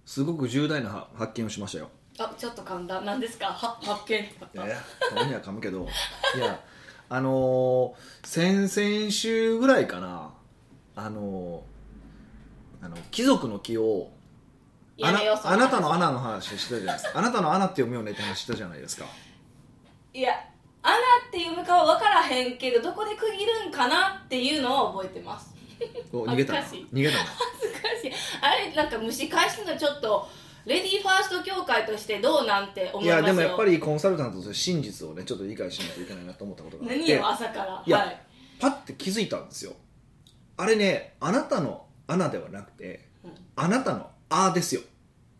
すごく重大な発見をしましたよ。 あ、ちょっと噛んだ。何ですか？発見ってたまには噛むけどいや先々週ぐらいかな、貴族の木をあなたのアナの話してたじゃないですか。あなたのアナって読むよねって話したじゃないですか。 いや、アナって読むかは分からへんけど、どこで区切るんかなっていうのは覚えてます。 逃げたな。 恥ずかしい逃げたな。 恥ずかしい。あれなんか蒸し返すのちょっとレディーファースト協会としてどうなんて思いますよ。 いやでもやっぱりコンサルタントとして真実をねちょっと理解しないといけないなと思ったことがあって。 何よ朝から。 いや、 はい、 パッて気づいたんですよ。あれね、あなたのアナではなくて、あなたのアですよ。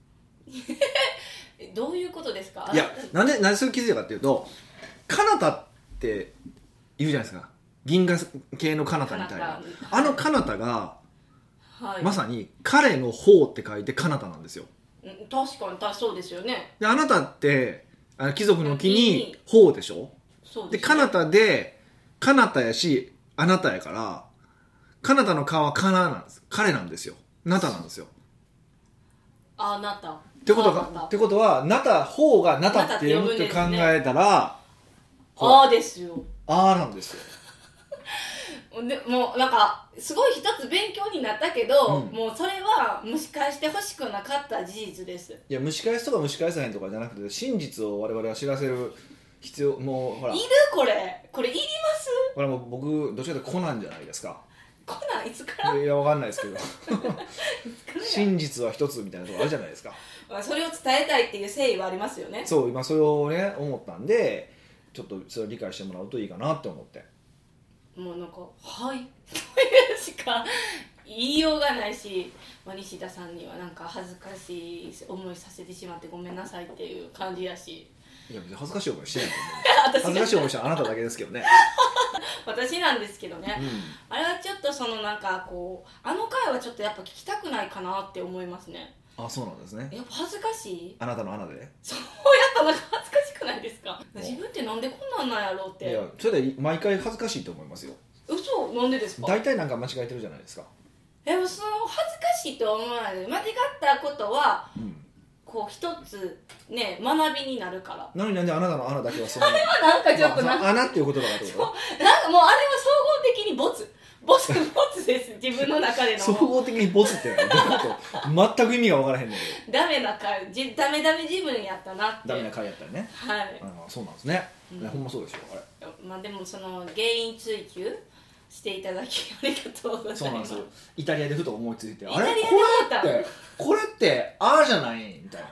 どういうことですか？ いや、なんでそれ気づいたかっていうと、カナタって言うじゃないですか。銀河系のカナタみたいな。あのカナタが、 はい、 まさに彼の方って書いてカナタなんですよ。 確かにそうですよね。 であなたって貴族の木に方でしょ。 そうですね。 でカナタでカナタやしあなたやから、カナタの顔はカナなんです。彼なんですよ。ナタなんですよ。 あなたってことはナタ方がナタって読むって考えたら、 あですよ。 あなんですよ。 でもうなんかすごい一つ勉強になったけど、もうそれは蒸し返してほしくなかった事実です。 いや蒸し返すとか蒸し返さへんとかじゃなくて、真実を我々は知らせる必要、もうほらいるこれいります？ これもう僕どちらかというとコナンじゃないですか。 コナンいつから？ いやわかんないですけど真実は一つみたいなとこあるじゃないですか。 それを伝えたいっていう誠意はありますよね。 そう今それをね思ったんで、ちょっとそれを理解してもらうといいかなって思って。 もうなんかはいしか言いようがないし、西田さんにはなんか恥ずかしい思いさせてしまってごめんなさいっていう感じだし。 いや別に恥ずかしい思いしてないと思う恥ずかしい思いしたのあなただけですけどね私なんですけどね、あれはちょっとそのなんかこうあの回はちょっとやっぱ聞きたくないかなって思いますね。 あ、そうなんですね。 やっぱ恥ずかしい。 あなたの穴でそうやっぱなんか恥ずかしくないですか？自分ってなんでこんなんなんやろうって。 いやそれで毎回恥ずかしいと思いますよ。 嘘、なんでですか？ 大体なんか間違えてるじゃないですか。 その恥ずかしいとは思わないで、間違ったことは、こう一つね学びになるから。 なのになんであなたの穴だけはそんなあれはなんかちょっと穴っていう言葉がってこと？ なんかもうあれは総合的にボツです自分の中での総合的にボツってどういうこと全く意味が分からへんねんけど。 ダメな回、ダメ自分やったなって。 ダメな回やったらね。 はい。 そうなんですね。ほんまそうですよあれ。 まあでもその原因追求していただきありがとうございます。 そうなんですよ。イタリアでふと思いついて、あれこれってあーじゃないみたいな。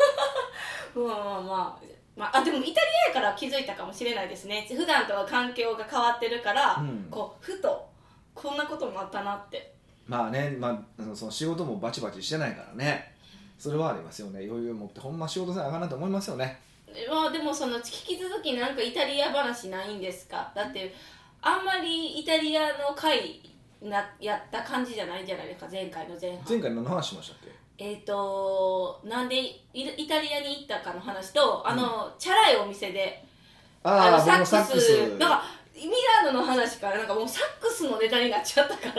でもイタリアやから気づいたかもしれないですね。普段とは環境が変わってるから、こうふとこんなこともあったなって。 まあね、その仕事もバチバチしてないからね。それはありますよね。余裕を持ってほんま仕事せなあかんなと思いますよね。 でもその引き続きなんかイタリア話ないんですか？だってあんまりイタリアの回やった感じじゃないじゃないですか。前回何の話しましたっけ？なんでイタリアに行ったかの話と、チャラいお店でサックスだからミラノの話からなんかもうサックスのネタになっちゃったから。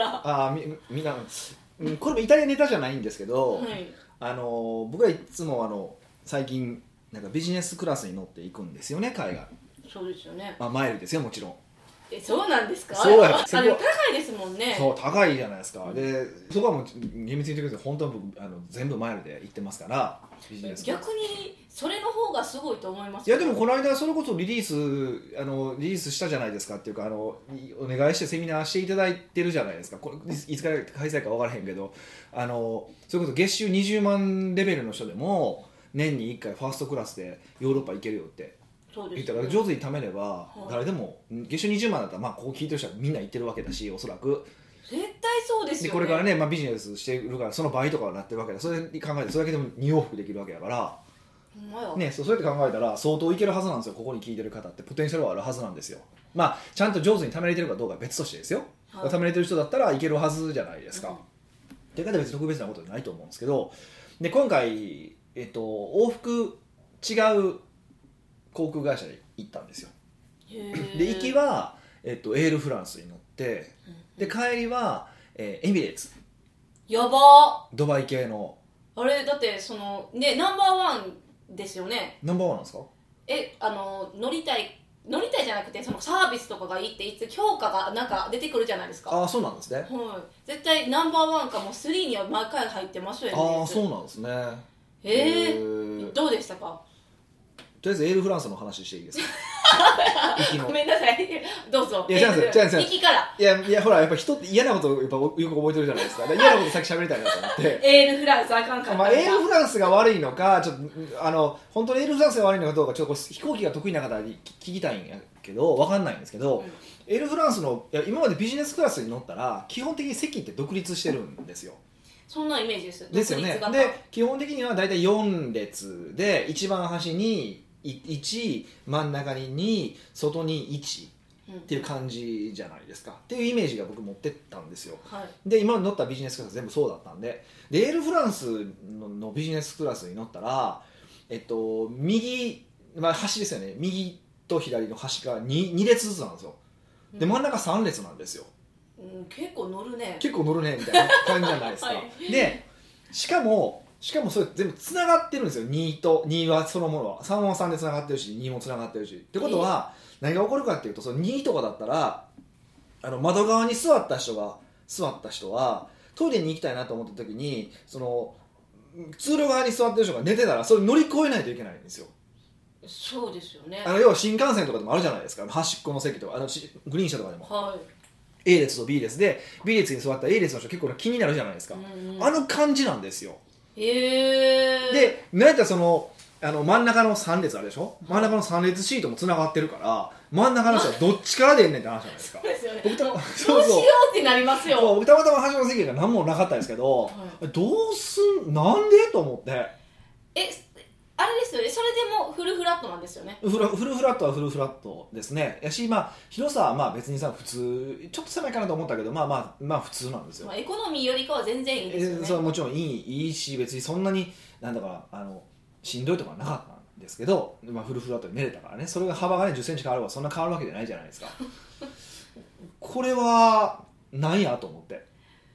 みんなこれもイタリアネタじゃないんですけど、 はい、 僕はいつも最近なんかビジネスクラスに乗っていくんですよね、海外。 そうですよね。 マイルですよ、もちろん。 そうなんですか？ そうや。 高いですもんね。 そう高いじゃないですか。でそこはもう厳密に言ってください。本当は僕全部マイルで行ってますからビジネス。 逆にそれの方がすごいと思います。 いやでもこの間それこそリリースしたじゃないですかっていうかお願いしてセミナーしていただいてるじゃないですか。これいつから開催か分からへんけどそれこそ月収20万レベルの人でも年に1回ファーストクラスでヨーロッパ行けるよって言ったら、上手に貯めれば誰でも月収20万だったらここ聞いてる人はみんな行ってるわけだし、おそらく絶対そうですよね。 でこれからね、ビジネスしてるからその倍とかはなってるわけだ。それに考えてそれだけでも2往復できるわけだからね、そうやって考えたら相当いけるはずなんですよ。ここに聞いてる方ってポテンシャルはあるはずなんですよ。ちゃんと上手に貯めれてるかどうかは別としてですよ、貯めれてる人だったらいけるはずじゃないですか、っていうか別に特別なことじゃないと思うんですけど、で今回、往復違う航空会社で行ったんですよ。で行きは、エールフランスに乗って、で帰りは、エミレーツ、 やばドバイ系のあれだってそのねナンバーワンですよね。 ナンバーワンなんですか？ 乗りたいじゃなくてそのサービスとかがいいっていつ評価がなんか出てくるじゃないですか。 ああ、そうなんですね。はい、 絶対ナンバーワンかもう3には毎回入ってますよね。 ああ、そうなんですね。 どうでしたか？ とりあえずエールフランスの話していいですか？ ごめんなさい、どうぞ。 いや、違うんですよ。 行きから。 いやほら、やっぱ人って嫌なことをやっぱよく覚えてるじゃないですか。嫌なことさっき喋りたいなと思って。 エールフランスあかんかった。 まあ、エールフランスが悪いのか、ちょっと本当にエールフランスが悪いのかどうか、ちょっと飛行機が得意な方に聞きたいんやけど、わかんないんですけど、エールフランスの今までビジネスクラスに乗ったら基本的に席って独立してるんですよ。 そんなイメージです。 ですよね。で、基本的にはだいたい4列で一番端に1、真ん中に2、外に1っていう感じじゃないですか、っていうイメージが僕持ってったんですよ、 はい、 で今乗ったビジネスクラス全部そうだったんで、エールフランス のビジネスクラスに乗ったら、右、端ですよね、右と左の端が 2列ずつなんですよ。で真ん中3列なんですよ、 結構乗るねみたいな感じじゃないですか、はい、でしかもそれ全部つながってるんですよ。2はそのものは3は3でつながってるし2もつながってるしってことは何が起こるかっていうと、その2とかだったら窓側に座った人はトイレに行きたいなと思った時にその通路側に座ってる人が寝てたらそれ乗り越えないといけないんですよ。 そうですよね。 要は新幹線とかでもあるじゃないですか、端っこの席とかグリーン車とかでも、 はい、 A 列と B 列で B 列に座った A 列の人結構気になるじゃないですか、あの感じなんですよ。で、なんやったらその真ん中の3列あるでしょ、真ん中の3列シートもつながってるから真ん中の人はどっちから出んねんって話じゃないですか。 そうですよね。 僕どうしようってなりますよ。 僕たまたま端の席が何もなかったんですけど、はい、どうすんなんでと思って、 あれですよね、それでもフルフラットなんですよね。 フルフラットはフルフラットですね。やし、広さは別にさ普通ちょっと狭いかなと思ったけどまあ普通なんですよ。 エコノミーよりかは全然いいですよね。 それはもちろんいいし、別にそんなになんだかしんどいとかなかったんですけど、フルフラットで寝れたからね、それが幅がね10センチ変わればそんな変わるわけじゃないじゃないですかこれは何やと思って、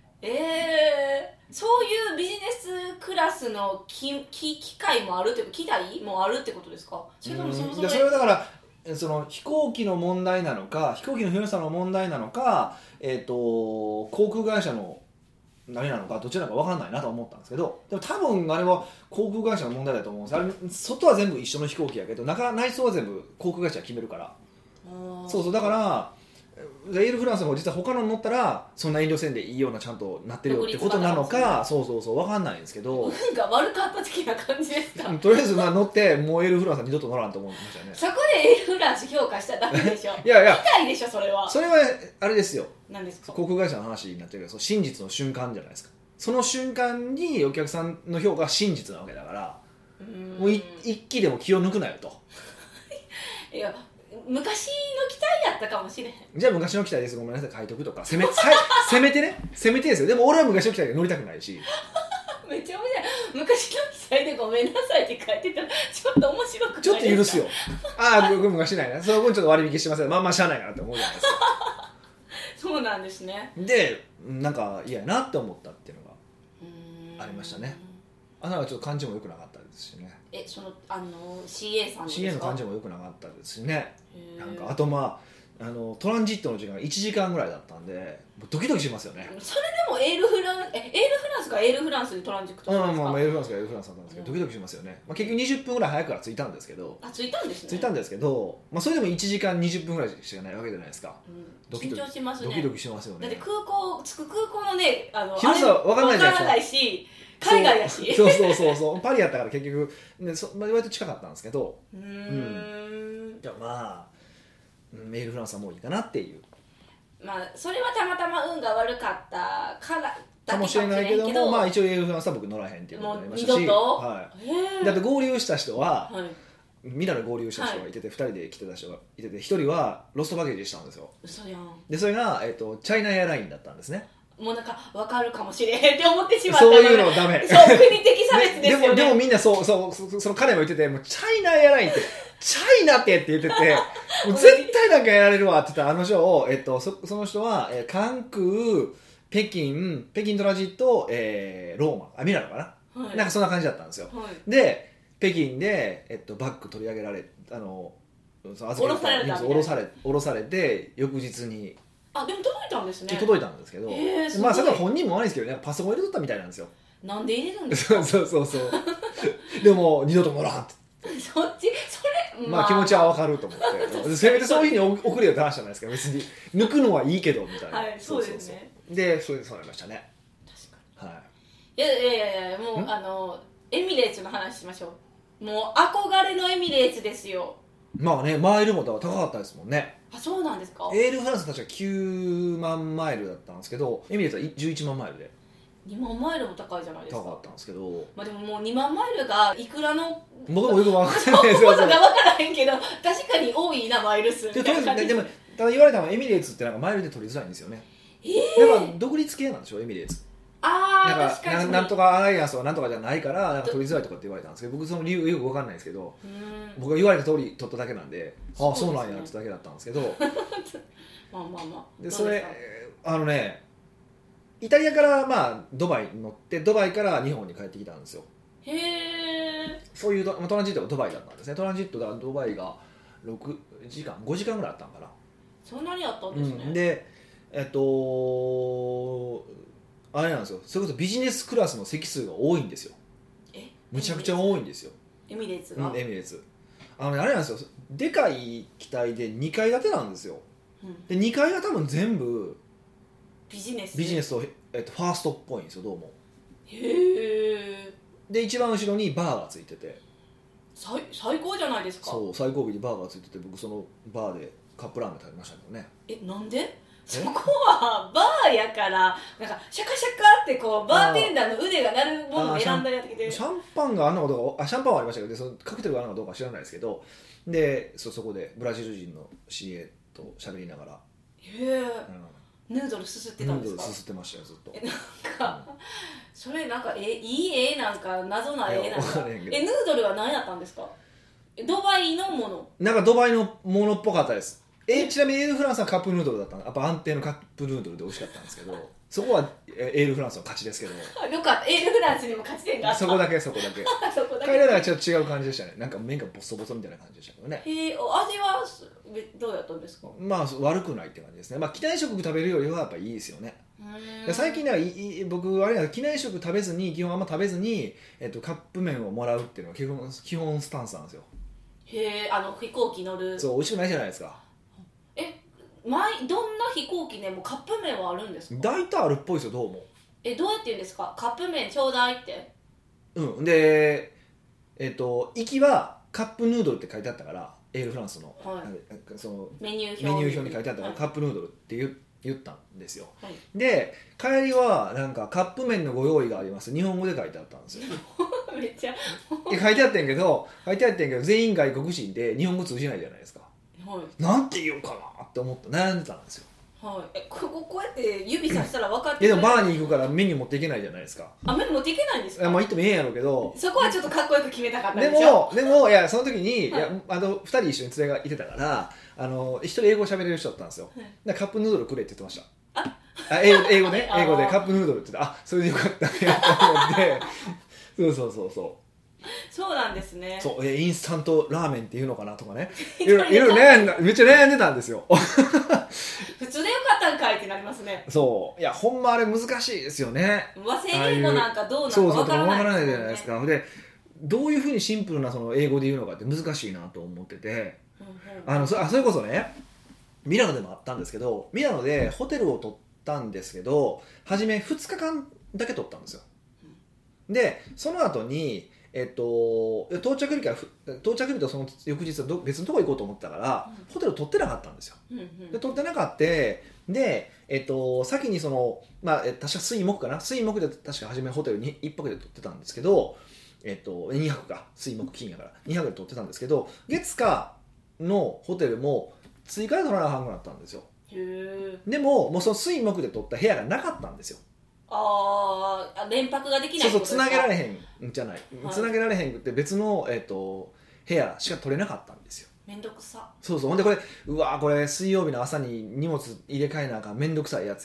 そういうビジネスクラスの機械もあるって機材もあるってことですか？それともそもそもそれはだからその飛行機の問題なのか飛行機の広さの問題なのか、航空会社の何なのかどちらなのか分かんないなと思ったんですけど、でも多分あれは航空会社の問題だと思うんです。あれ外は全部一緒の飛行機やけど内装は全部航空会社が決めるから、そうだからエールフランスも実は他の乗ったらそんな遠慮せんでいいようなちゃんとなってるよってことなのか、そう分かんないんですけど、 運が悪かった的な感じですか？ とりあえず乗ってもうエールフランスは二度と乗らんと思ってましたね。 そこでエールフランス評価したらダメでしょいや機械でしょそれはあれですよ。 何ですか？ 航空会社の話になっちゃうけど真実の瞬間じゃないですか。その瞬間にお客さんの評価が真実なわけだからもう一気でも気を抜くなよといや昔の機体やったかもしれへん。 じゃあ昔の機体ですごめんなさい書いとくとかせめてですよ。でも俺は昔の機体で乗りたくないしめっちゃ面白い。昔の機体でごめんなさいって書いてたらちょっと面白くないですか？ ちょっと許すよ僕昔ないなその分ちょっと割引してますよ。まあしゃあないかなって思うじゃないですかそうなんですね。 でなんか嫌やなって思ったっていうのがありましたね。ちょっと感じも良くなかったですしね。 そのCA さんですか？ CA の感じも良くなかったですしね。なんかあとトランジットの時間が1時間ぐらいだったんでドキドキしますよね。 それでもエールフランスがエールフランスでトランジットしたんですか？ エールフランスがエールフランスだったんですけど、ドキドキしますよね。結局20分ぐらい早くから着いたんですけど着いたんですね。 着いたんですけど、それでも1時間20分ぐらいしかないわけじゃないですか。 緊張しますね。 ドキドキしますよね。 だって着く空港のね広さ分かんないじゃないですか。 し海外やしそうパリやったから結局、割と近かったんですけどじゃあエールフランスはもういいかなっていう、 それはたまたま運が悪かったからかもしれないけども一応エールフランスは僕乗らへんっていうことになりましたし、だって合流した人は、ミラノ合流した人がいてて、2人で来てた人がいてて1人はロストバゲージしたんですよ。 嘘やん。 でそれが、チャイナエアラインだったんですね。 もうなんか分かるかもしれへんって思ってしまった。そういうのダメ。 そう国的差別ですよね。 でもみんなその彼も言っててもうチャイナエアラインってチャイナって言っててもう絶対なんかやられるわって言ったあの人を、その人は、関空北京トラジット、ローマミラノかな、 はい、 なんかそんな感じだったんですよ、 はい、 で北京で、バッグ取り上げられ降ろされて翌日にでも届いたんですね。 届いたんですけど、まあそれは本人も悪いですけどね、パソコン入れとったみたいなんですよ。 なんで入れるんですか。 そうでも二度ともらわんってそれ、 まあ気持ちはわかると思ってせめてそういうふうに送れよって話じゃないですか。別に抜くのはいいけどみたいな。 はい、そうですね。 でそうなりましたね。 確かに。 はい。 いやもうエミレーツの話しましょう。もう憧れのエミレーツですよ。 まあね、マイルも高かったですもんね。 そうなんですか。 エールフランス確か9万マイルだったんですけど、エミレーツは11万マイルで 2万マイルも高いじゃないですか。 高かったんですけど、 まあでももう2万マイルがいくらの僕もよく分からないですことが分からへんけど、確かに多いなマイル数みたいな感じでもただ言われたのはエミレーツってなんかマイルで取りづらいんですよね。なんか独立系なんでしょエミレーツ。 確かになんとかアライアンスはなんとかじゃないからなんか取りづらいとかって言われたんですけど、僕その理由よく分かんないですけど、僕が言われた通り取っただけなんで、そうなんやってだけだったんですけどまあでそれイタリアからまあドバイに乗ってドバイから日本に帰ってきたんですよ。 へえ。 そういうトランジットがドバイだったんですね。トランジットがドバイが5時間ぐらいあったんかな。 そんなにあったんですね。 であれなんですよ、それこそビジネスクラスの席数が多いんですよ。むちゃくちゃ多いんですよ。 エミレーツが、 エミレーツあれなんですよ、でかい機体で2階建てなんですよ、で2階が多分全部ビジネスと、ファーストっぽいんですよどうも。 へえ。 で一番後ろにバーがついてて最高じゃないですか。 そう最後尾にバーがついてて、僕そのバーでカップラーメン食べましたけどね。 なんでそこはバーやからなんかシャカシャカってこうバーテンダーの腕が鳴るものを選んだりやってきて、 シャンパンがあんなことかシャンパンはありましたけど、そのカクテルがあんなかどうか知らないですけど、でそこでブラジル人の CA と喋りながら、ヌードルすすってたんですか。ヌードルすすってましたよずっと。 なんか、それなんかいいなんか謎ななんかヌードルは何やったんですか。ドバイのもの。なんかドバイのものっぽかったです。ちなみにエールフランスはカップヌードルだったの。やっぱ安定のカップヌードルで美味しかったんですけど、そこはエールフランスの勝ちですけど。よかった。エールフランスにも勝ち点があった。そこだけ彼らはちょっと違う感じでしたね。なんか麺がボソボソみたいな感じでしたけどね。味はどうやったんですか。まあ悪くないって感じですね。まあ機内食食べるよりはやっぱいいですよね。最近は僕あれは機内食食べずに、基本あんま食べずに、カップ麺をもらうっていうのが基本スタンスなんですよ。飛行機乗る。そう美味しくないじゃないですか。どんな飛行機でもカップ麺はあるんですか。大体あるっぽいですよどうも。どうやって言うんですか。カップ麺ちょうだいって。で行きはカップヌードルって書いてあったから、エールフランスの、そのメニュー表に書いてあったから、カップヌードルって言ったんですよ、で帰りはなんかカップ麺のご用意があります、日本語で書いてあったんですよめっちゃ書いてあってんけど全員外国人で日本語通じないじゃないですか、なんて言おうかなって思って悩んでたんですよ。こうやって指さしたら分かってくれる。でもバーに行くからメニュー持っていけないじゃないですか。メニュー持っていけないんですか。まあ行ってもええんやろうけど、そこはちょっとかっこよく決めたかったんでしょ。でもいやその時に、2人一緒に連れがいてたから1人英語喋れる人だったんですよ、カップヌードルくれって言ってました。英語でカップヌードルって言って、それでよかったねと思ってそうそうなんですね。そうインスタントラーメンっていうのかなとかね、いろいろめっちゃ悩んでたんですよ普通でよかったんかいってなりますね。そういやほんまあれ難しいですよね。和製英語なんかどうなのか分からないじゃないですか。でどういうふうにシンプルなその英語で言うのかって難しいなと思ってて、それこそねミラノでもあったんですけど、ミラノでホテルを取ったんですけど、初め2日間だけ取ったんですよ。でその後に到着日とその翌日は別のとこ行こうと思ったから、ホテル取ってなかったんですよ、で取ってなかったで、先にその、確か水木で確か初めホテルに1泊で取ってたんですけど、2泊か、水木金やから2泊で取ってたんですけど、月火のホテルも追加で取らなあかんくなったんですよ。でもその水木で取った部屋がなかったんですよ。連泊ができない。そうつなげられへんじゃない、つなげられへんって別の、部屋しか取れなかったんですよ。めんどくさ。ほんでこれ水曜日の朝に荷物入れ替えなあかんめんどくさいやつやと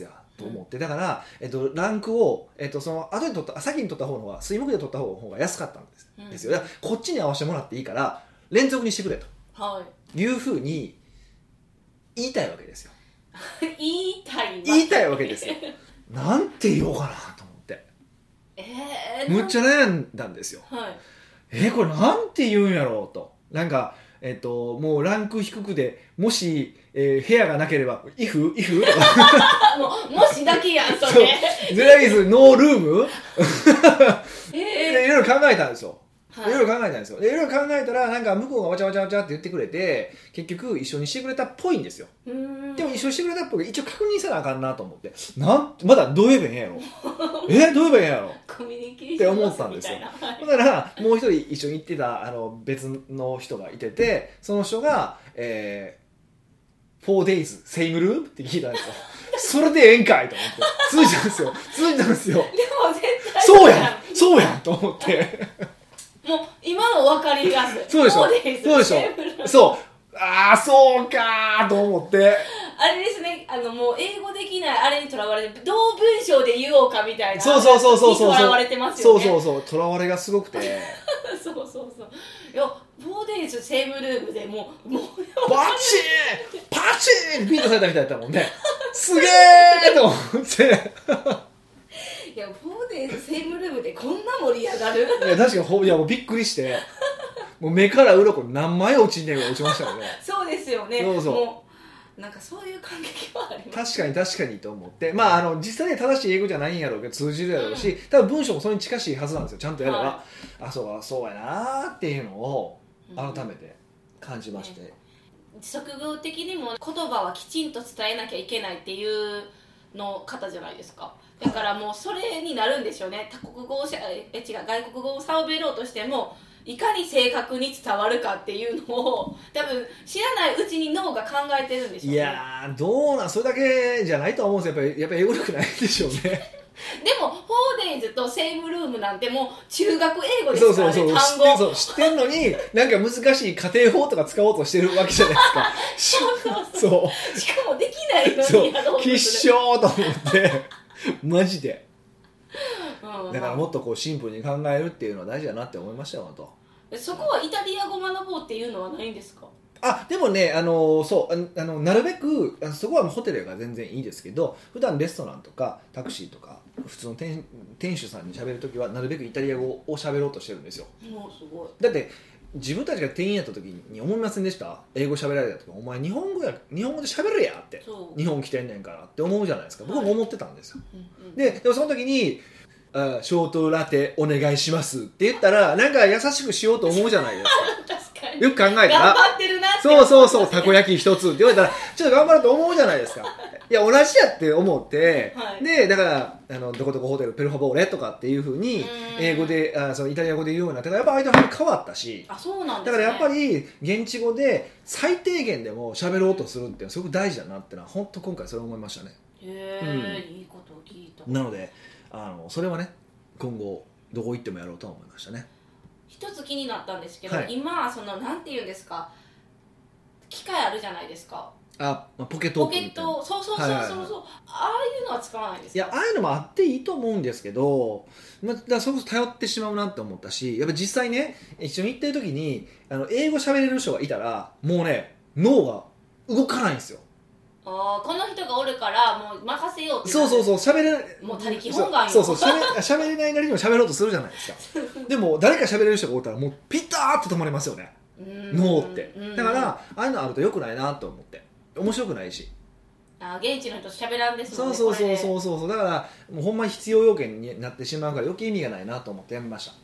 と思って、だから、ランクを、その後に取った先に取った方の方が水木で取った方が安かったんですよ。だからこっちに合わせてもらっていいから連続にしてくれと、いうふうに言いたいわけですよ。言いたいわけですよ。なんて言おうかなと思って、むっちゃ悩んだんですよ。これなんて言うんやろうと。なんかもうランク低くでもし、部屋がなければイフとかもしだけやんそれ。 ゼライズノールームいろいろ考えたんですよ。いろいろ考えたんですよ。いろいろ考えたらなんか向こうがわちゃわちゃわちゃって言ってくれて、結局一緒にしてくれたっぽいんですよ。でも一緒にしてくれたっぽい一応確認せなあかんなと思って、まだどう言えばいいんやろどう言えばいいんやろコミュニケーションって思ったんですよ。だからもう一人一緒に行ってた別の人がいてて、その人が、4days same room って聞いたんですよ。それでええんかいと思って続いたんですよ。でも絶対そうやんと思ってもう今の分かりやすい。 そうでしょそうそうかと思って、 あれですね、もう英語できないあれにとらわれて、どう文章で言おうかみたいなそうとらわれてますよね。 そうとらわれがすごくてそういや 4days same room でもうパチンビートされたみたいだったもんね。すげーと思っていや 4days same room でこんな盛り上がる。 いや確かにもうびっくりしてもう目から鱗何枚落ちんねんが落ちましたよね。 そうですよね。もうなんかそういう感激はあります。 確かにと思って、実際に正しい英語じゃないんやろうけど通じるやろうし、多分文章もそれに近しいはずなんですよ。ちゃんとやれば、そうやなっていうのを改めて感じまして、 職業的にも言葉はきちんと伝えなきゃいけないっていうの方じゃないですか。だからもうそれになるんでしょうね。外国語を喋ろうとしてもいかに正確に伝わるかっていうのを多分知らないうちに脳が考えてるんでしょうね。 いやどうなんそれだけじゃないと思うんですよ。やっぱり英語力ないでしょうね。 でも 4days とセームルームなんてもう中学英語ですからね。単語知ってんのになんか難しい家庭法とか使おうとしてるわけじゃないですか。 そうしかもできないのにやろうとする。 きっしょーと思ってマジでだからもっとこうシンプルに考えるっていうのは大事だなって思いましたよと。 そこはイタリア語学ぼうっていうのはないんですか？ でもねなるべくそこはホテルが全然いいですけど、普段レストランとかタクシーとか普通の店主さんに喋るときはなるべくイタリア語を喋ろうとしてるんですよ。 すごい。 だって自分たちが店員やった時に思いませんでした？英語喋られた時お前日本語で喋れやって、日本来てんねんからって思うじゃないですか。僕も思ってたんですよ。でもその時にショートラテお願いしますって言ったらなんか優しくしようと思うじゃないですか。 確かによく考えたら頑張ってるなって。 そうたこ焼き一つって言われたらちょっと頑張ると思うじゃないですか。いや同じやって思って、でだからどこどこホテルペルファボーレとかっていう風に英語でそのイタリア語で言うようになってからやっぱ相手の変わったし、 そうなんですね。 だからやっぱり現地語で最低限でも喋ろうとするってすごく大事だなってのは本当今回それ思いましたね。 いいことを聞いた。 なのでそれはね今後どこ行ってもやろうとは思いましたね。 一つ気になったんですけど、今なんていうんですか、機械あるじゃないですか。 ポケットオープンみたいな。 そうああいうのは使わないんですか？ いやああいうのもあっていいと思うんですけど、だからそれこそ頼ってしまうなって思ったし、やっぱ実際ね一緒に行ってる時に英語喋れる人がいたらもうね脳が動かないんですよ。 この人がおるからもう任せようって。 そう喋れない。 もう他力本願よ。 喋れないなりにも喋ろうとするじゃないですか。でも誰か喋れる人がおったらもうピターッと止まりますよね。脳って。だからああいうのあると良くないなと思って。面白くないし。 現地の人と喋らんですもんね。 そうだからもうほんまに必要要件になってしまうから余計意味がないなと思ってやめました。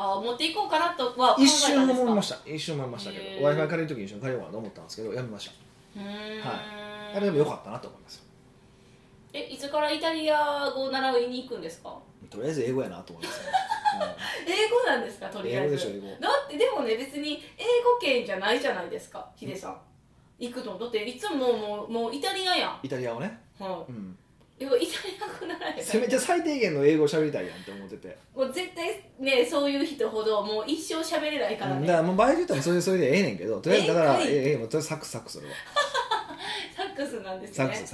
持っていこうかなとは考えたんですか？ 一瞬思いましたけど Wi-Fi 借りる時に一緒に借りようかなと思ったんですけどやめました。あれでも良かったなと思いますよ。 いつからイタリア語を習いに行くんですか？ とりあえず英語やなと思いますね。 英語なんですか？とりあえず英語でしょ英語。 だってでもね別に英語圏じゃないじゃないですか。ヒデさん行くのだっていつももうイタリアやん。 イタリアをね。 イタリア語習えばせめて最低限の英語を喋りたいやんって思ってて。 もう絶対ねそういう人ほどもう一生喋れないからね。 だからもう場合で言ったらそれでええねんけどとりあえずだからサックスそれは。 サックスなんですね。 サックス。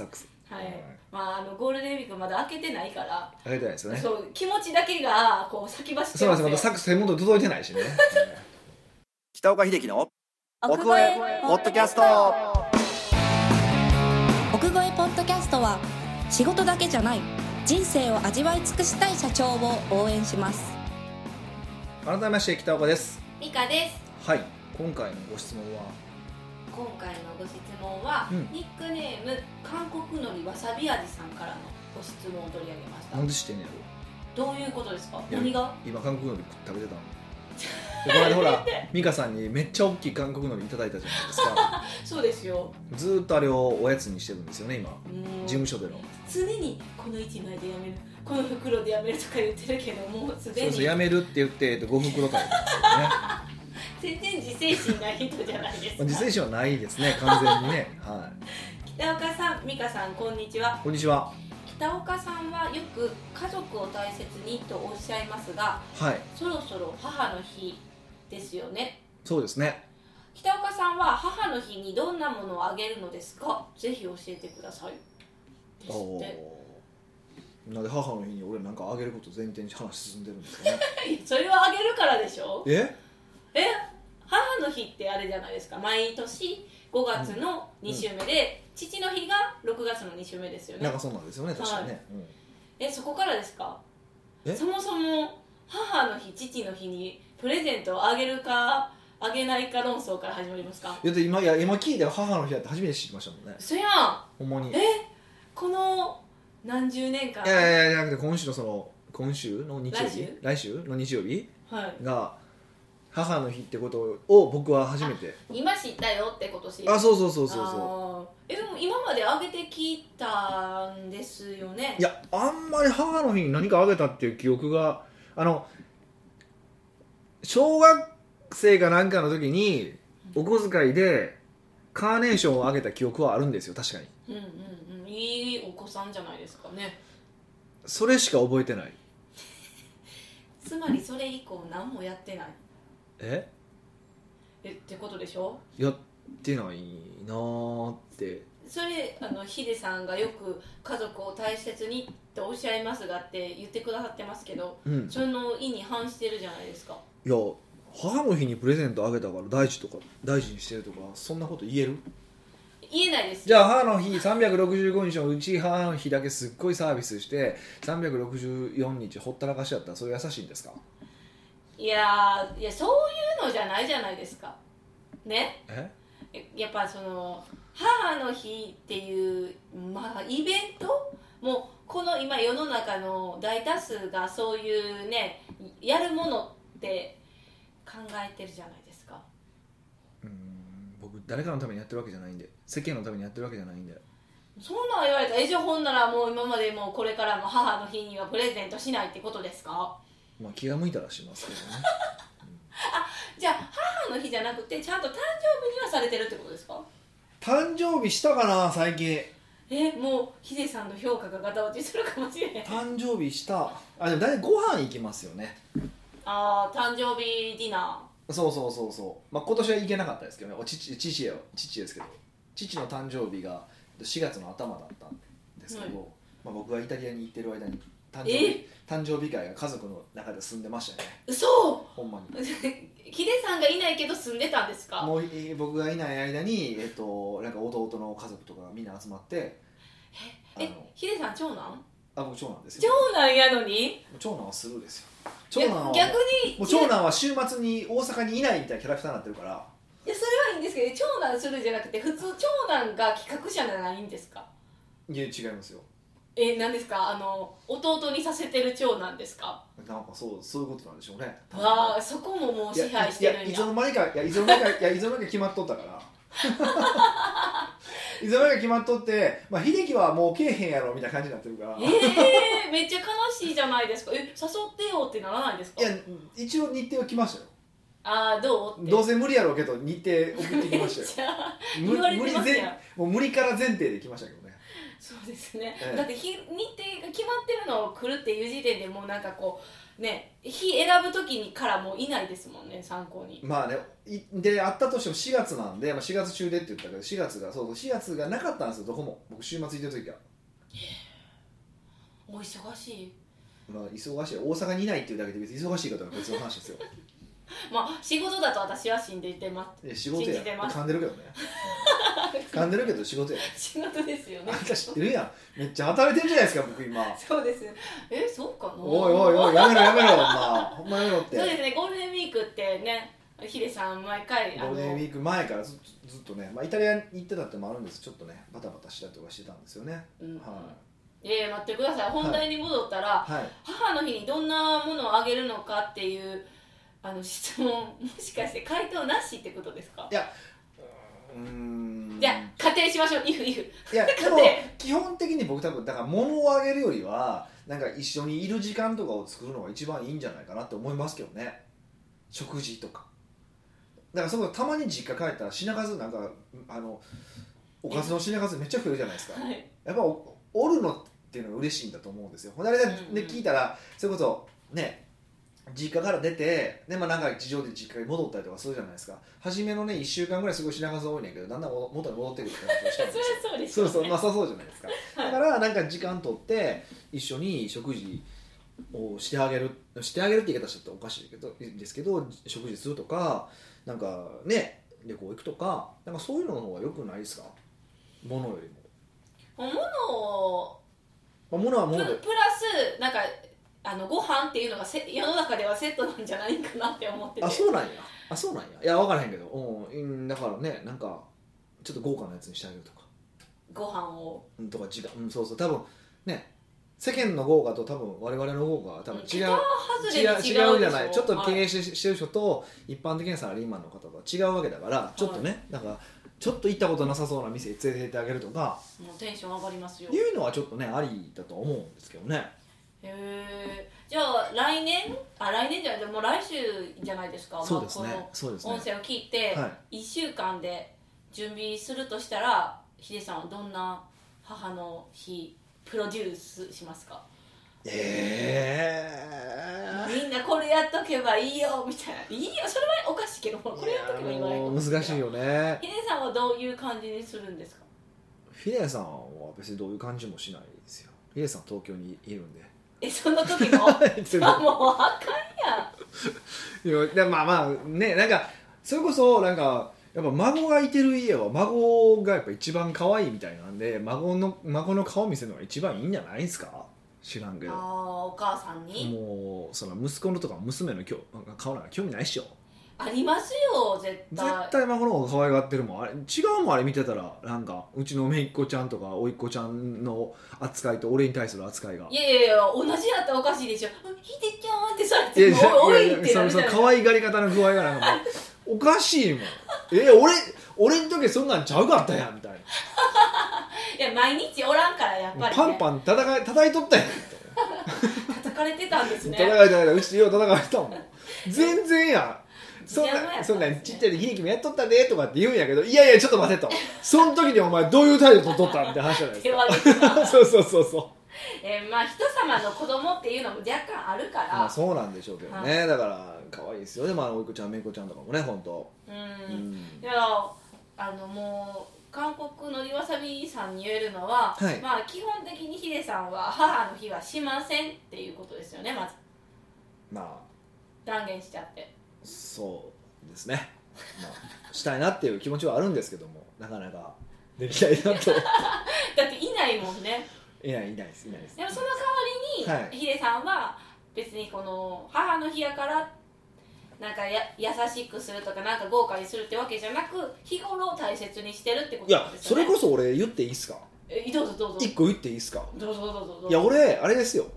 はい、まあ、ゴールデンウィークまだ開けてないから開けてないですよね。 そう気持ちだけがこう先走ってますよ。 そうなんですよ、まだ手元届いてないしね北岡秀樹の奥越えポッドキャスト。 奥越えポッドキャストは仕事だけじゃない人生を味わい尽くしたい社長を応援します。 改めまして北岡です。 ミカです。 はい、今回のご質問はニックネーム韓国のりわさび味さんからのご質問を取り上げました。 なんで知ってんねやろ。どういうことですか。何が。 今韓国のり食べてたのこの間ほら美香さんにめっちゃ大きい韓国のりいただいたじゃないですかそうですよ。 ずっとあれをおやつにしてるんですよね今事務所での。 常にこの1枚でやめるこの袋でやめるとか言ってるけどもうすでにそうやめるって言って5袋買いなんですよね全然自制心ない人じゃないですか。 自制心はないですね完全にね、はい、 北岡さん、美香さん、こんにちは。 こんにちは。 北岡さんはよく家族を大切にとおっしゃいますが、 はい、 そろそろ母の日ですよね。 そうですね。 北岡さんは母の日にどんなものをあげるのですか。ぜひ教えてください。ですって。 なんで母の日に俺なんかあげること前提に話進んでるんですかねそれはあげるからでしょ。母の日ってあれじゃないですか。毎年5月の2週目で、父の日が6月の2週目ですよね。 なんかそうなんですよね、確かにね、 そこからですか。そもそも母の日、父の日にプレゼントをあげるかあげないか論争から始まりますか。 今聞いて母の日だって初めて知りましたもんね。 そやんほんまに。 この何十年間。 じゃなくて今週の日曜日、来週の日曜日が母の日ってことを僕は初めて今知ったよってこと知り。 そうでも今まであげてきたんですよね。 いやあんまり母の日に何かあげたっていう記憶が小学生かなんかの時にお小遣いでカーネーションをあげた記憶はあるんですよ。確かに、 いいお子さんじゃないですかね。 それしか覚えてない。 つまりそれ以降何もやってないってことでしょ。 やってないなーって。 それヒデさんがよく家族を大切にっておっしゃいますがって言ってくださってますけど、その意に反してるじゃないですか。 いや母の日にプレゼントあげたから大事にしてるとかそんなこと言える？ 言えないです。 じゃあ母の日365日のうち母の日だけすっごいサービスして364日ほったらかしやったらそれ優しいんですか？ いやそういうのじゃないじゃないですかね。やっぱその母の日っていうイベントもこの今世の中の大多数がそういうねやるものって考えてるじゃないですか。 僕誰かのためにやってるわけじゃないんで、世間のためにやってるわけじゃないんで。 そんなん言われたらじゃあほんならもう今までもこれからも母の日にはプレゼントしないってことですか？ 気が向いたらしますけどねじゃあ母の日じゃなくてちゃんと誕生日にはされてるってことですか？ 誕生日したかな最近。 もうヒデさんの評価がガタ落ちするかもしれない。 誕生日したでも大体ご飯行きますよね。 誕生日ディナー。 そう、今年は行けなかったですけどね。父ですけど父の誕生日が4月の頭だったんですけど、僕がイタリアに行ってる間に誕生日会が家族の中で住んでましたよね。 嘘。ほんまにヒデさんがいないけど住んでたんですか？もう僕がいない間に、なんか弟の家族とかがみんな集まってヒデさん長男？ 僕長男ですよ。 長男やのに？ 長男はスルーですよ。 逆にもう長男は週末に大阪にいないみたいなキャラクターになってるから。 いやそれはいいんですけど長男するじゃなくて普通長男が企画者じゃないんですか？ いや違いますよ。 何ですか弟にさせてる長男ですか？ なんかそういうことなんでしょうね。 そこももう支配してるんや。 いつの間にか決まっとったからいつの間にか決まっとって秀樹はもうけえへんやろみたいな感じになってるからめっちゃ悲しいじゃないですか。誘ってよってならないですか？ いや一応日程は来ましたよ。 どうってどうせ無理やろうけど日程送ってきましたよ言われてますやん。 もう無理から前提で来ましたけどね。 そうですね、だって日程が決まってるのを来るっていう時点でもうなんかこうね日選ぶ時にからもういないですもんね参考に。 であったとしても4月なんで、4月中でって言ったけど4月がなかったんですよ。どこも僕週末行ってる時はお忙しい。 まあ忙しい、大阪にいないっていうだけで別に忙しいことは別の話ですよまあ仕事だと私は信じてます。 仕事や、 信じてます。 噛んでるけどね噛んでるけど仕事や仕事ですよね。 あんた知ってるやん、めっちゃ働いてるじゃないですか僕今。 そうです。そうかな。 おいおいおい、やめろやめろ、ほんまやめろって。 そうですね、ゴールデンウィークってね、ヒデさん毎回ゴールデンウィーク前からずっとね、まあ、イタリアに行ってたってのもあるんです。ちょっとねバタバタしたりとかしてたんですよね、 はい。待ってください、本題に戻ったら、 はい、 母の日にどんなものをあげるのかっていう質問、もしかして回答なしってことですか？ いや、 じゃあ仮定しましょう。いやでも基本的に僕多分だから物をあげるよりはなんか一緒にいる時間とかを作るのが一番いいんじゃないかなって思いますけどね。食事とかだからたまに実家帰ったら品数なんかおかずの品数めっちゃ増えるじゃないですか、 はい、 やっぱおるのっていうのが嬉しいんだと思うんですよ。あれで聞いたらそれこそね実家から出てで、まあ、なんか事情で実家に戻ったりとかするじゃないですか。初めのね1週間ぐらいすごい品数多いねんけどだんだん元に戻ってくるって話をしたんですよそうですよね。 そうなさそうじゃないですか、はい、だからなんか時間取って一緒に食事をしてあげるって言い方しちゃったらおかしいですけど食事するとかなんかね旅行行くとかなんかそういうのの方が良くないですか？物よりも物は物でプラスなんかご飯っていうのが世の中ではセットなんじゃないかなって思ってて。そうなんやいや分からへんけど、だからねなんかちょっと豪華なやつにしてあげるとかご飯をとか違う、そう多分ね世間の豪華と多分我々の豪華は多分違うじゃない。ちょっと経営してる人と一般的なサラリーマンの方とは違うわけだからちょっとね、なんかちょっと行ったことなさそうな店に連れて行ってあげるとかもうテンション上がりますよいうのはちょっとねありだと思うんですけどね。 じゃあ来年じゃないでも来週じゃないですか。 そうですね、 この音声を聞いて1週間で準備するとしたらヒデさんはどんな母の日プロデュースしますか？みんなこれやっとけばいいよみたいな。いいよそれはおかしいけどこれやっとけばいいわよ。 難しいよね。 ヒデさんはどういう感じにするんですか？ ヒデさんは別にどういう感じもしないですよ。ヒデさん東京にいるんでその時ももうあかんやん。いやまあねなんかそれこそなんかやっぱ孫がいてる家は孫がやっぱ一番可愛いみたいなんで孫の顔見せるのが一番いいんじゃないですか？知らんけど。 お母さんにもうその息子のとか娘の顔なんか興味ないっしょ。 ありますよ絶対孫の方が可愛がってるもん。あれ違うもん。あれ見てたらなんかうちの姪っ子ちゃんとか甥っ子ちゃんの扱いと俺に対する扱いがいや同じだったらおかしいでしょ。ひでちゃんってされてもおいってなるじゃない。 可愛がり方の具合がなんかもうおかしいもん。俺の時そんなんちゃうかったやんみたいな。 いや毎日おらんからやっぱり、ね、 パンパン叩いとったやんみたいな叩かれてたんですね。 叩かれたうちよう叩かれたもん全然やん。そんなちっちゃい時秀樹もやっとったでとかって言うんやけどいやちょっと待てとその時にお前どういう態度取っとったみたいな話じゃないですかそうまあ人様の子供っていうのも若干あるからまあそうなんでしょうけどね、だから可愛いですよね。おいこちゃんめいこちゃんとかもね本当いやもう韓国のりわさびさんに言えるのは、はい、まあ基本的にヒデさんは母の日はしませんっていうことですよね。まず断言しちゃってそうですね、したいなっていう気持ちはあるんですけどもなかなかできないなとだっていないもんね。 いないですでもその代わりに、ヒデさんは別にこの母の日やからなんか優しくするとかなんか豪華にするってわけじゃなく日頃大切にしてるってことなんですよね。 いやそれこそ俺言っていいっすか？ どうぞ一個言っていいっすか？ どうぞ。 いや俺あれですよ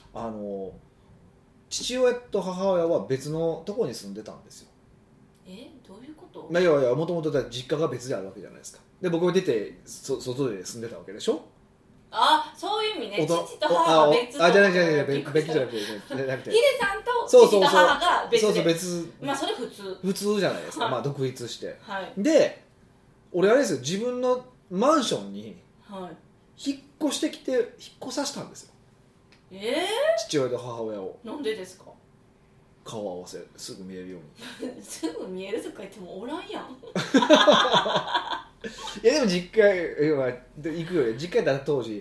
父親と母親は別のところに住んでたんですよ。 どういうこと？ いやもともと実家が別であるわけじゃないですか。で僕が出て外で住んでたわけでしょ。 そういう意味ね。父と母が別とじゃなくてヒデさんと父と母が別で別まあそれ普通じゃないですか、独立して、 はい、 で俺あれですよ自分のマンションに引っ越してきて引っ越させたんですよ、父親と母親を。 なんでですか？ 顔合わせすぐ見えるようにすぐ見えるとか言ってもおらんやんいやでも実家行くよ。実家だった当時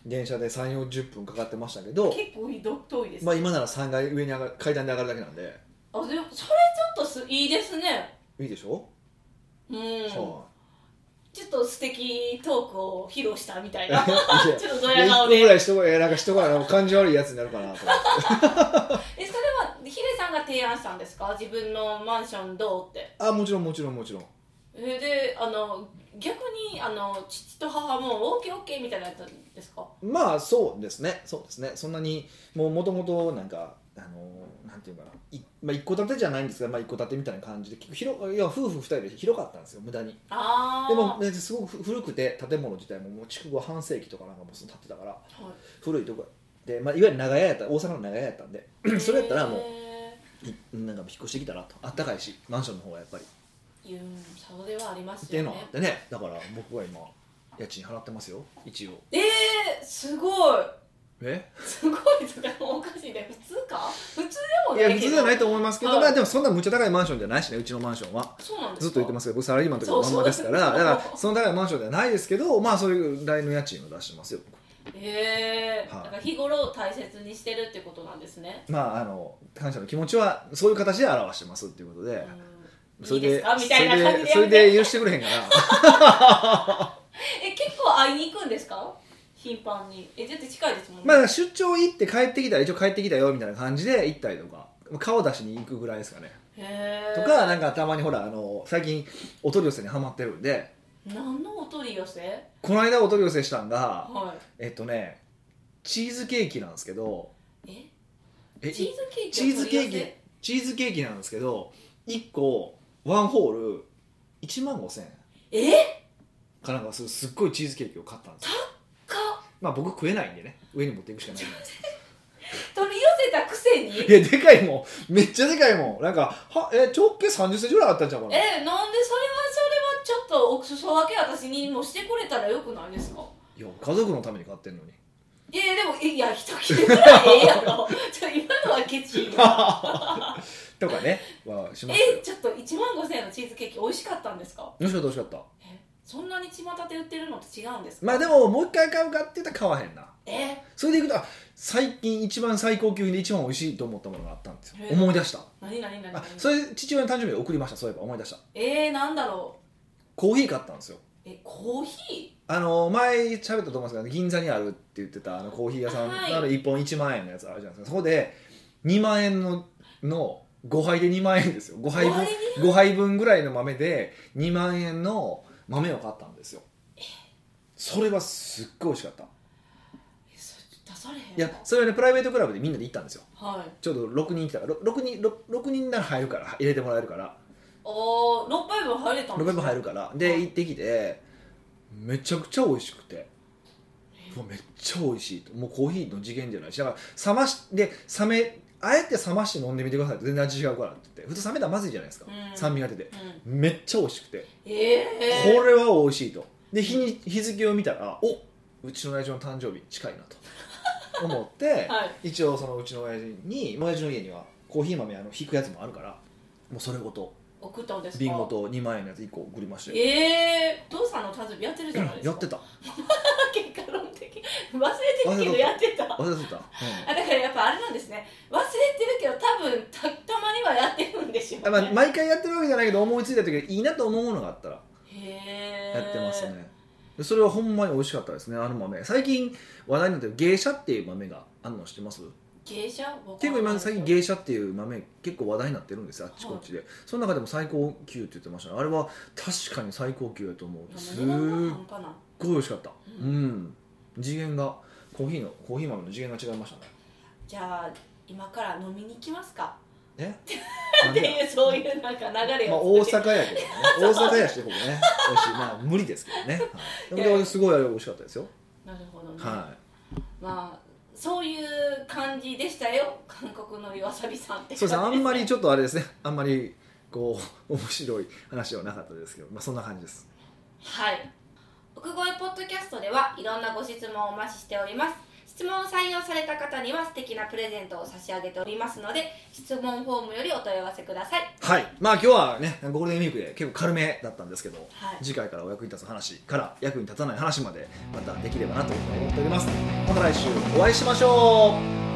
電車で3、40分かかってましたけど、 結構遠いですね。 まあ、今なら3階上に階段で上がるだけなんで。 あ、でもそれちょっといいですね。 いいでしょ。 うん、 はちょっと素敵トークを披露したみたいなちょっとドい、 ヤ顔 1個ぐらで。 い人が感じ悪いやつになるかなと思ってそれはヒデさんが提案したんですか？自分のマンションどうって。 もちろん。 で逆に父と母も OKOK みたいなやつですか？ まあそうですね。そんなにもともとなんかなんていうかな、まあ、一戸建てじゃないんですが、まあ、一戸建てみたいな感じで結構夫婦2人で広かったんですよ、無駄に。でも、ね、すごく古くて建物自体も築後半世紀とかなんかもう建ってたから、はい、古いとこで、まあ、いわゆる長屋やった大阪の長屋やったんでそれやったらもうなんか引っ越してきたらと、あったかいしマンションの方がやっぱりそれはありますよねっていうのがあってね。だから僕は今家賃払ってますよ一応。 すごい。 すごいとかおかしいね。普通でもね。 いや普通じゃないと思いますけど、まあでもそんなむちゃ高いマンションじゃないしね、うちのマンションは。 そうなんですか。 ずっと言ってますけど、僕サラリーマンの時のまんまですから、だからその高いマンションではないですけど、まあそういう代の家賃を出してますよ。 だから日頃大切にしてるってことなんですね。 まあ感謝の気持ちはそういう形で表してますっていうことで、 いいですかみたいな感じでそれで許してくれへんから結構会いに行くんですか？頻繁に。絶対近いですもんね。 まあ出張行って帰ってきたら一応帰ってきたよみたいな感じで行ったりとか、顔出しに行くぐらいですかね。とかなんかたまにほら最近お取り寄せにハマってるんで。 何のお取り寄せ？ この間お取り寄せしたんが、 はい、 チーズケーキなんですけど。 チーズケーキなんですけど、1個ワンホール15,000円かなんかすっごいチーズケーキを買ったんですよ。まあ僕食えないんでね、上に持っていくしかないじゃないですか取り寄せたくせに。 いやでかいもん、めっちゃでかいもん。なんか直径30センチぐらいあったんちゃうかな。 なんでそれはちょっとお裾分け私にもしてくれたらよくないですか？ いや家族のために買ってんのに。 でも一切れぐらいええやろ今のはケチやとかねはしますよ。 ちょっと15,000円のチーズケーキ美味しかったんですか？ 美味しかった。 そんなに巷で売ってるのと違うんですか？ まあでももう一回買うかって言ったら買わへんな。それでいくと最近一番最高級品で一番美味しいと思ったものがあったんですよ。思い出した。 何それ父親の誕生日で送りました。そういえば思い出した。 なんだろう。 コーヒー買ったんですよ。 コーヒー前喋ったと思うんですけど、銀座にあるって言ってたコーヒー屋さんの1本1万円のやつあるじゃないですか。そこで2万円の5杯で2万円ですよ。5杯分ぐらいの豆で2万円の豆を買ったんですよ。それはすっごい美味しかった。 出されへん。いやそれはね、プライベートクラブでみんなで行ったんですよ。 ちょうど6人来たから6人なら入るから入れてもらえるから、 6杯分入れたんですか？6 杯分入るからで行ってきて、めちゃくちゃ美味しくて、めっちゃ美味しいと。もうコーヒーの次元じゃないし、だからあえて冷まして飲んでみてくださいって全然味違うからって言って、普通冷めたらまずいじゃないですか、酸味が出て、めっちゃ美味しくて、これは美味しいと。で日付を見たら、うちの親父の誕生日近いなと思って、一応そのうちの親父の家にはコーヒー豆引くやつもあるから、もうそれごと送ったんですか？ 瓶ごと2万円のやつ1個送りましたよ。 父さんの誕生日やってるじゃないですか。 やってた結果論的忘れてるけどやってた。 忘れてた、 だからやっぱあれなんですね、忘れてるけど多分たまにはやってるんでしょうね。 毎回やってるわけじゃないけど、思いついた時いいなと思うものがあったらやってますね。それはほんまに美味しかったですね。豆最近話題になってる芸者っていう豆があるの知ってます？ 芸者？ 結構今最近芸者っていう豆結構話題になってるんですよ、あっちこっちで。その中でも最高級って言ってましたね。あれは確かに最高級やと思う。すっごい美味しかった。次元がコーヒー豆の次元が違いましたね。じゃあ今から飲みに行きますか？ っていうそういうなんか流れを大阪やけどね。大阪やしてここね美味しい。まあ無理ですけどね。でもすごい美味しかったですよ。 なるほどね。まあそういう感じでしたよ、韓国のわさびさんって。 そうですね、あんまりちょっとあれですね、あんまり面白い話ではなかったですけど、そんな感じです。 はい。奥越ポッドキャストではいろんなご質問をお待ちしております。質質問を採用された方には素敵なプレゼントを差し上げておりますので、質問フォームよりお問い合わせください。 はい、まあ今日はねゴールデンウィークで結構軽めだったんですけど、 はい、 次回からお役に立つ話から役に立たない話までまたできればなと思っております。また来週お会いしましょう。